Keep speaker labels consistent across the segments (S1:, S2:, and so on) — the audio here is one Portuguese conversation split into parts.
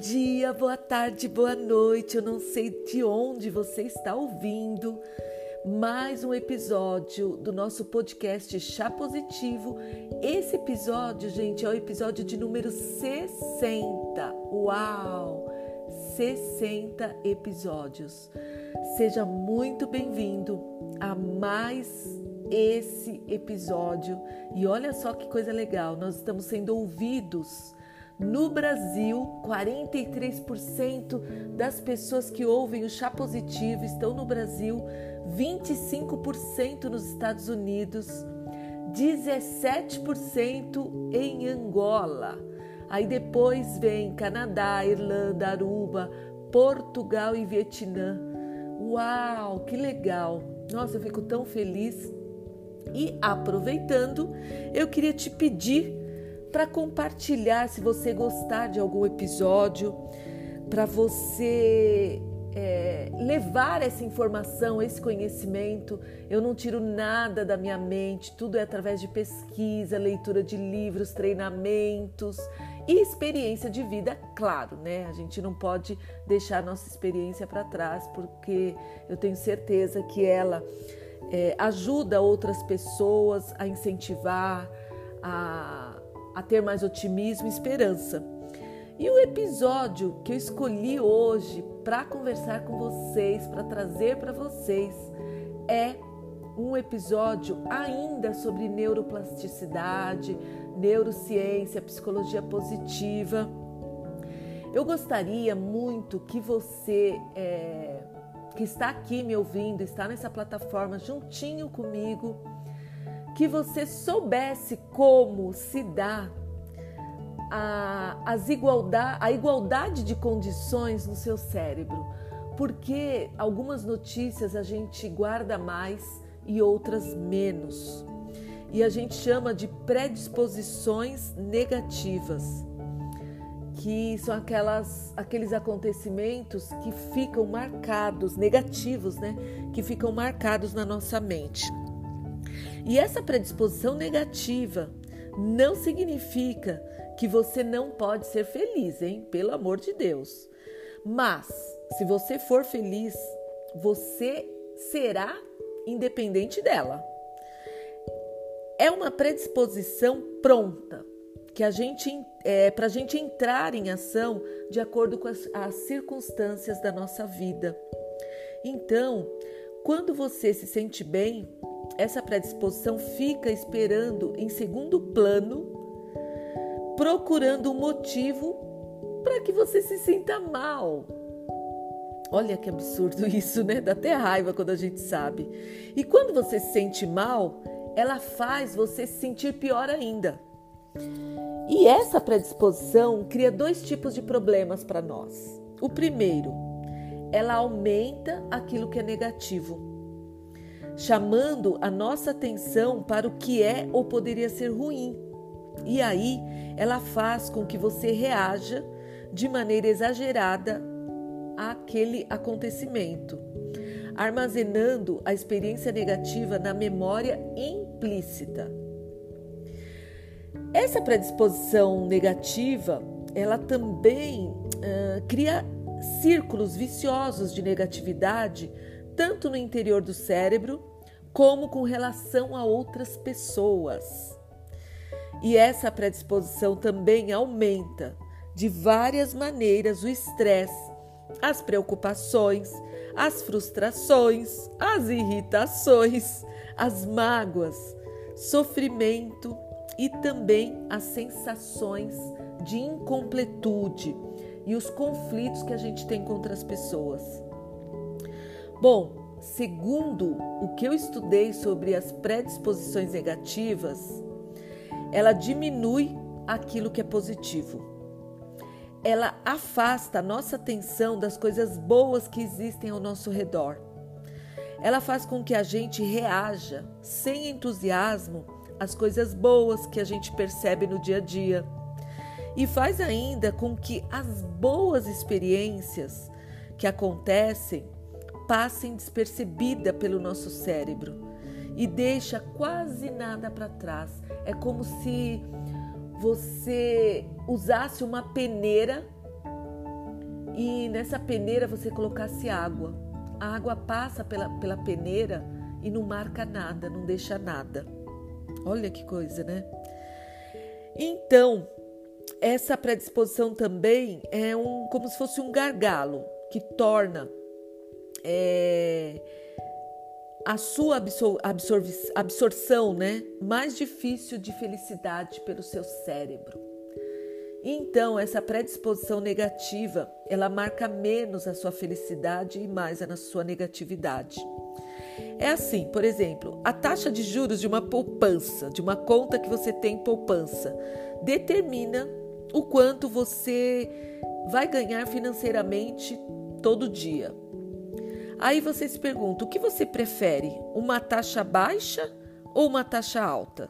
S1: dia, boa tarde, boa noite. Eu não sei de onde você está ouvindo. Mais um episódio do nosso podcast Chá Positivo. Esse episódio, gente, é o episódio de número 60. Uau! 60 episódios. Seja muito bem-vindo a mais esse episódio. E olha só que coisa legal, nós estamos sendo ouvidos no Brasil. 43% das pessoas que ouvem o Chá Positivo estão no Brasil, 25% nos Estados Unidos, 17% em Angola. Aí depois vem Canadá, Irlanda, Aruba, Portugal e Vietnã. Uau, que legal! Nossa, eu fico tão feliz. E aproveitando, eu queria te pedir para compartilhar, se você gostar de algum episódio, para você levar essa informação, esse conhecimento. Eu não tiro nada da minha mente, tudo é através de pesquisa, leitura de livros, treinamentos e experiência de vida, claro, né? A gente não pode deixar a nossa experiência para trás, porque eu tenho certeza que ela ajuda outras pessoas a incentivar, a ter mais otimismo e esperança. E o episódio que eu escolhi hoje para conversar com vocês, para trazer para vocês, é um episódio ainda sobre neuroplasticidade, neurociência, psicologia positiva. Eu gostaria muito que você que está aqui me ouvindo, está nessa plataforma juntinho comigo, que você soubesse como se dá a igualdade de condições no seu cérebro, porque algumas notícias a gente guarda mais e outras menos, e a gente chama de predisposições negativas, que são aqueles acontecimentos que ficam marcados, negativos, né? Que ficam marcados na nossa mente. E essa predisposição negativa não significa que você não pode ser feliz, hein? Pelo amor de Deus. Mas, se você for feliz, você será independente dela. É uma predisposição pronta, que para a gente entrar em ação de acordo com as circunstâncias da nossa vida. Então, quando você se sente bem, essa predisposição fica esperando em segundo plano, procurando um motivo para que você se sinta mal. Olha que absurdo isso, né? Dá até raiva quando a gente sabe. E quando você se sente mal, ela faz você se sentir pior ainda. E essa predisposição cria dois tipos de problemas para nós. O primeiro, ela aumenta aquilo que é negativo, chamando a nossa atenção para o que é ou poderia ser ruim. E aí, ela faz com que você reaja de maneira exagerada àquele acontecimento, armazenando a experiência negativa na memória implícita. Essa predisposição negativa, ela também cria círculos viciosos de negatividade, tanto no interior do cérebro, como com relação a outras pessoas. E essa predisposição também aumenta de várias maneiras o estresse, as preocupações, as frustrações, as irritações, as mágoas, sofrimento e também as sensações de incompletude e os conflitos que a gente tem com outras pessoas. Bom, segundo o que eu estudei sobre as predisposições negativas, ela diminui aquilo que é positivo. Ela afasta a nossa atenção das coisas boas que existem ao nosso redor. Ela faz com que a gente reaja sem entusiasmo às coisas boas que a gente percebe no dia a dia. E faz ainda com que as boas experiências que acontecem passem despercebida pelo nosso cérebro e deixa quase nada para trás. É como se você usasse uma peneira e nessa peneira você colocasse água. A água passa pela peneira e não marca nada, não deixa nada. Olha que coisa, né? Então, essa predisposição também é como se fosse um gargalo que torna a sua absorção, né, mais difícil de felicidade pelo seu cérebro. Então, essa predisposição negativa, ela marca menos a sua felicidade e mais a sua negatividade. É assim, por exemplo, a taxa de juros de uma poupança, de uma conta que você tem em poupança, determina o quanto você vai ganhar financeiramente todo dia. Aí você se pergunta, o que você prefere? Uma taxa baixa ou uma taxa alta?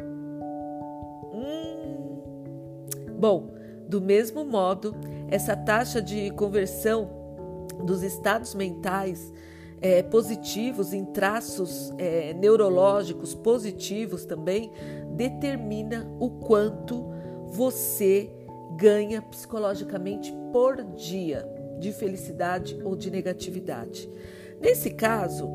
S1: Bom, do mesmo modo, essa taxa de conversão dos estados mentais positivos em traços neurológicos positivos também determina o quanto você ganha psicologicamente por dia de felicidade ou de negatividade. Nesse caso,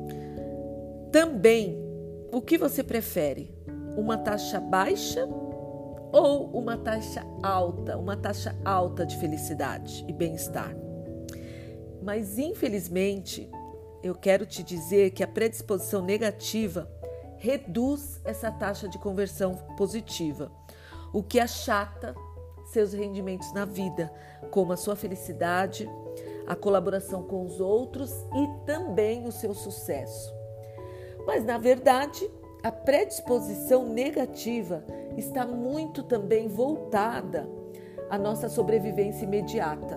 S1: também, o que você prefere? Uma taxa baixa ou uma taxa alta de felicidade e bem-estar? Mas, infelizmente, eu quero te dizer que a predisposição negativa reduz essa taxa de conversão positiva, o que achata seus rendimentos na vida, como a sua felicidade, a colaboração com os outros e também o seu sucesso. Mas, na verdade, a predisposição negativa está muito também voltada à nossa sobrevivência imediata,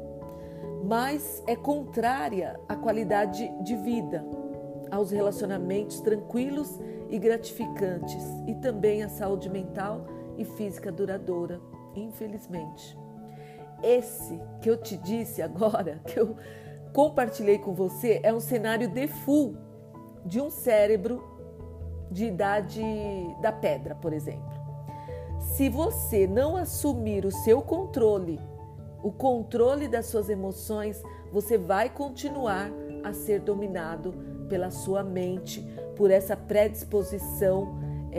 S1: mas é contrária à qualidade de vida, aos relacionamentos tranquilos e gratificantes e também à saúde mental e física duradoura, infelizmente. Esse que eu te disse agora, que eu compartilhei com você, é um cenário default de um cérebro de idade da pedra, por exemplo. Se você não assumir o seu controle, o controle das suas emoções, você vai continuar a ser dominado pela sua mente, por essa predisposição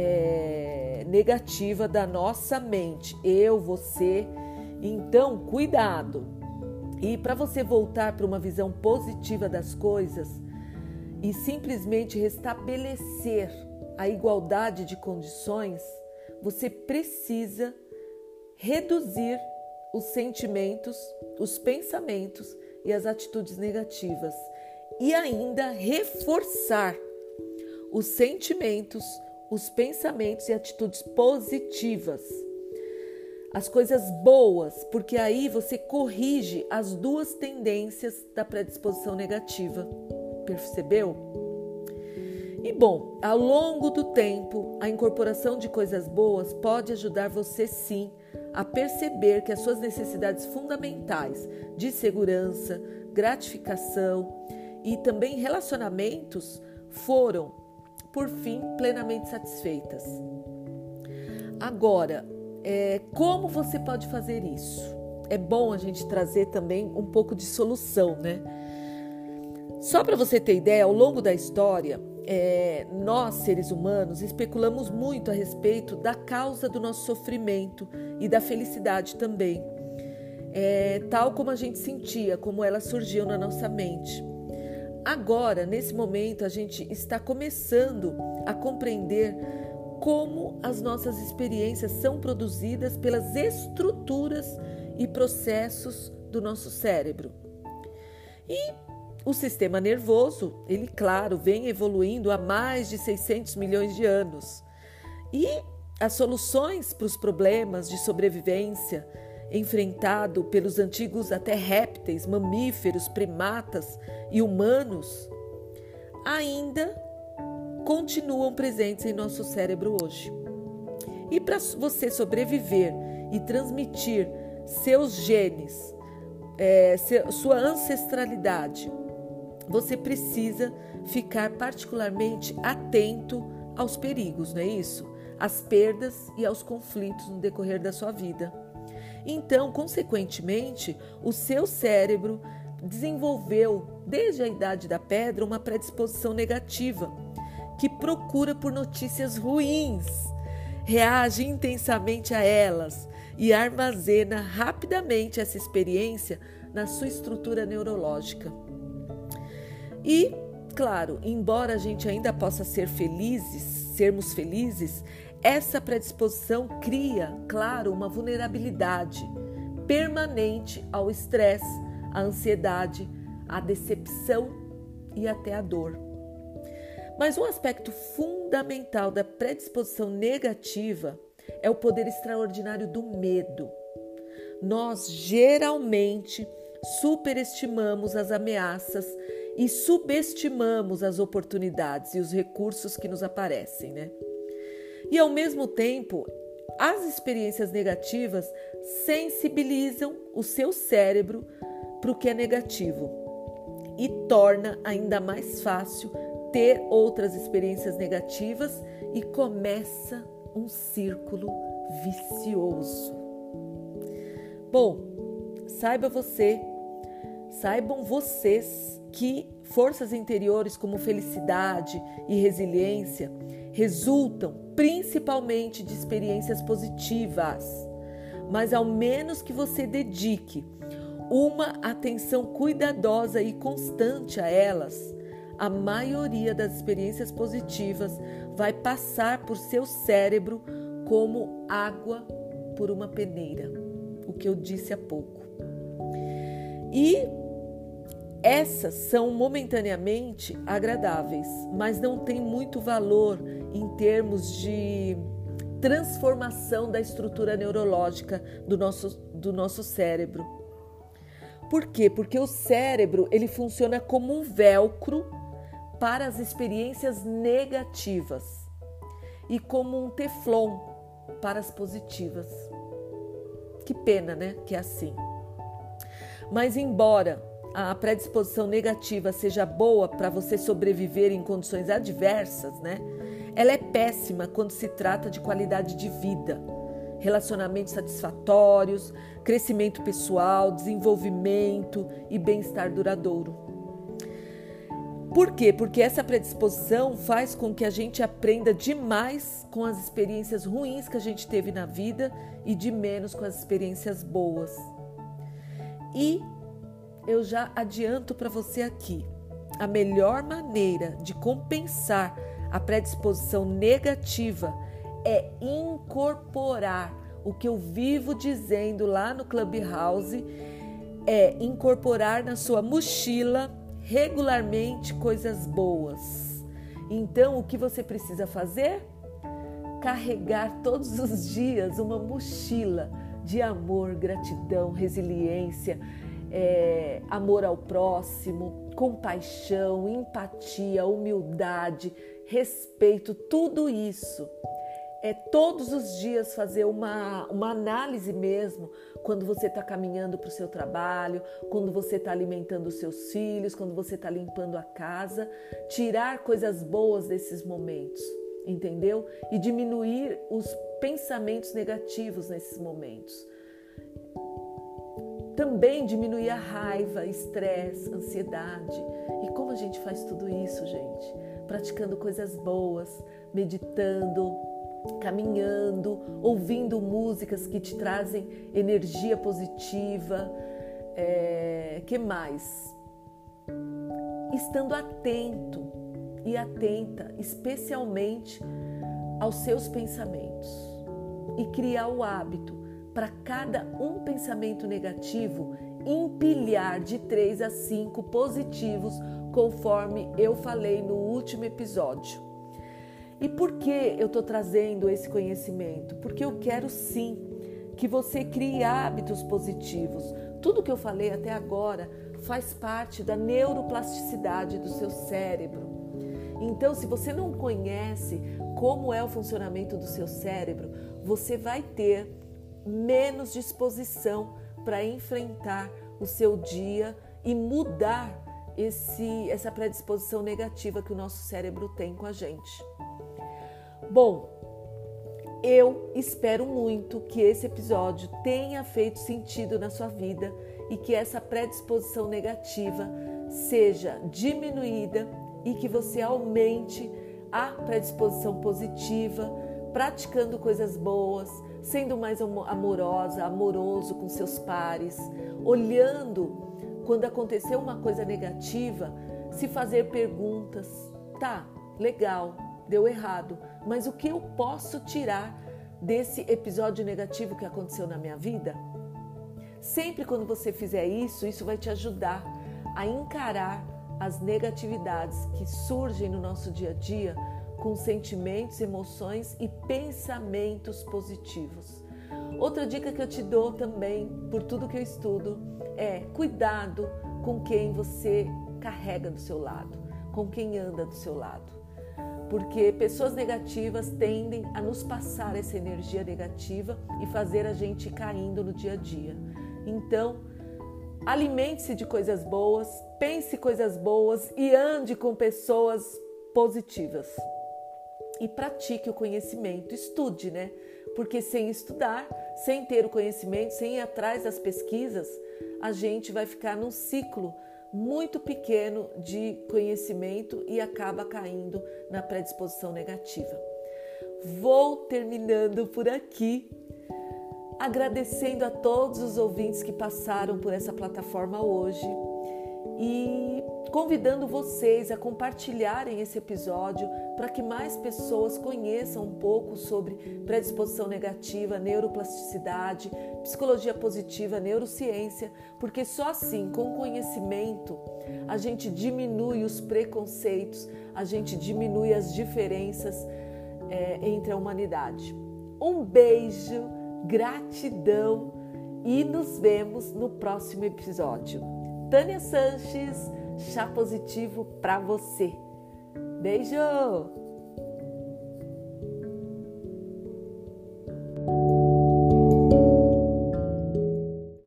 S1: negativa da nossa mente. Eu, você. Então, cuidado. E para você voltar para uma visão positiva das coisas e simplesmente restabelecer a igualdade de condições, você precisa reduzir os sentimentos, os pensamentos e as atitudes negativas e ainda reforçar os sentimentos, os pensamentos e atitudes positivas. As coisas boas, porque aí você corrige as duas tendências da predisposição negativa. Percebeu? E bom, ao longo do tempo, a incorporação de coisas boas pode ajudar você sim a perceber que as suas necessidades fundamentais de segurança, gratificação e também relacionamentos foram, por fim, plenamente satisfeitas. Agora, como você pode fazer isso? É bom a gente trazer também um pouco de solução, né? Só para você ter ideia, ao longo da história, nós, seres humanos, especulamos muito a respeito da causa do nosso sofrimento e da felicidade também, tal como a gente sentia, como elas surgiam na nossa mente. Agora, nesse momento, a gente está começando a compreender como as nossas experiências são produzidas pelas estruturas e processos do nosso cérebro. E o sistema nervoso, ele, claro, vem evoluindo há mais de 600 milhões de anos. E as soluções para os problemas de sobrevivência enfrentado pelos antigos até répteis, mamíferos, primatas e humanos ainda continuam presentes em nosso cérebro hoje. E para você sobreviver e transmitir seus genes, sua ancestralidade, você precisa ficar particularmente atento aos perigos, não é isso? Às perdas e aos conflitos no decorrer da sua vida. Então, consequentemente, o seu cérebro desenvolveu, desde a idade da pedra, uma predisposição negativa, que procura por notícias ruins, reage intensamente a elas e armazena rapidamente essa experiência na sua estrutura neurológica. E, claro, embora a gente ainda possa sermos felizes, essa predisposição cria, claro, uma vulnerabilidade permanente ao estresse, à ansiedade, à decepção e até à dor. Mas um aspecto fundamental da predisposição negativa é o poder extraordinário do medo. Nós geralmente superestimamos as ameaças e subestimamos as oportunidades e os recursos que nos aparecem, né? E ao mesmo tempo, as experiências negativas sensibilizam o seu cérebro para o que é negativo e torna ainda mais fácil ter outras experiências negativas e começa um círculo vicioso. Bom, saibam vocês que forças interiores como felicidade e resiliência resultam principalmente de experiências positivas, mas ao menos que você dedique uma atenção cuidadosa e constante a elas, a maioria das experiências positivas vai passar por seu cérebro como água por uma peneira, o que eu disse há pouco. E essas são momentaneamente agradáveis, mas não têm muito valor em termos de transformação da estrutura neurológica do nosso cérebro. Por quê? Porque o cérebro ele funciona como um velcro para as experiências negativas e como um teflon para as positivas. Que pena, né? Que é assim. Mas embora a predisposição negativa seja boa para você sobreviver em condições adversas, né? Ela é péssima quando se trata de qualidade de vida, relacionamentos satisfatórios, crescimento pessoal, desenvolvimento e bem-estar duradouro. Por quê? Porque essa predisposição faz com que a gente aprenda demais com as experiências ruins que a gente teve na vida e de menos com as experiências boas. E eu já adianto para você aqui, a melhor maneira de compensar a predisposição negativa é incorporar o que eu vivo dizendo lá no Clubhouse, é incorporar na sua mochila regularmente coisas boas. Então, o que você precisa fazer? Carregar todos os dias uma mochila de amor, gratidão, resiliência, amor ao próximo, compaixão, empatia, humildade, respeito, tudo isso. É todos os dias fazer uma análise mesmo, quando você está caminhando para o seu trabalho, quando você está alimentando os seus filhos, quando você está limpando a casa, tirar coisas boas desses momentos, entendeu? E diminuir os pensamentos negativos nesses momentos. Também diminuir a raiva, estresse, ansiedade. E como a gente faz tudo isso, gente? Praticando coisas boas, meditando, caminhando, ouvindo músicas que te trazem energia positiva. Que mais? Estando atento e atenta, especialmente aos seus pensamentos. E criar o hábito para cada um pensamento negativo, empilhar de 3 a 5 positivos, conforme eu falei no último episódio. E por que eu estou trazendo esse conhecimento? Porque eu quero sim que você crie hábitos positivos. Tudo que eu falei até agora faz parte da neuroplasticidade do seu cérebro. Então, se você não conhece como é o funcionamento do seu cérebro, você vai ter menos disposição para enfrentar o seu dia e mudar essa predisposição negativa que o nosso cérebro tem com a gente. Bom, Eu espero muito que esse episódio tenha feito sentido na sua vida e que essa predisposição negativa seja diminuída e que você aumente a predisposição positiva, praticando coisas boas, sendo mais amorosa, amoroso com seus pares, olhando quando aconteceu uma coisa negativa, se fazer perguntas. Tá, legal, deu errado, mas o que eu posso tirar desse episódio negativo que aconteceu na minha vida? Sempre quando você fizer isso, isso vai te ajudar a encarar as negatividades que surgem no nosso dia a dia com sentimentos, emoções e pensamentos positivos. Outra dica que eu te dou também, por tudo que eu estudo, é cuidado com quem você carrega do seu lado, com quem anda do seu lado. Porque pessoas negativas tendem a nos passar essa energia negativa e fazer a gente ir caindo no dia a dia. Então, alimente-se de coisas boas, pense coisas boas e ande com pessoas positivas. E pratique o conhecimento, estude, né? Porque sem estudar, sem ter o conhecimento, sem ir atrás das pesquisas, a gente vai ficar num ciclo muito pequeno de conhecimento e acaba caindo na predisposição negativa. Vou terminando por aqui, agradecendo a todos os ouvintes que passaram por essa plataforma hoje e convidando vocês a compartilharem esse episódio para que mais pessoas conheçam um pouco sobre predisposição negativa, neuroplasticidade, psicologia positiva, neurociência, porque só assim, com conhecimento, a gente diminui os preconceitos, a gente diminui as diferenças entre a humanidade. Um beijo, gratidão e nos vemos no próximo episódio. Tânia Sanches, chá positivo para você. Beijo!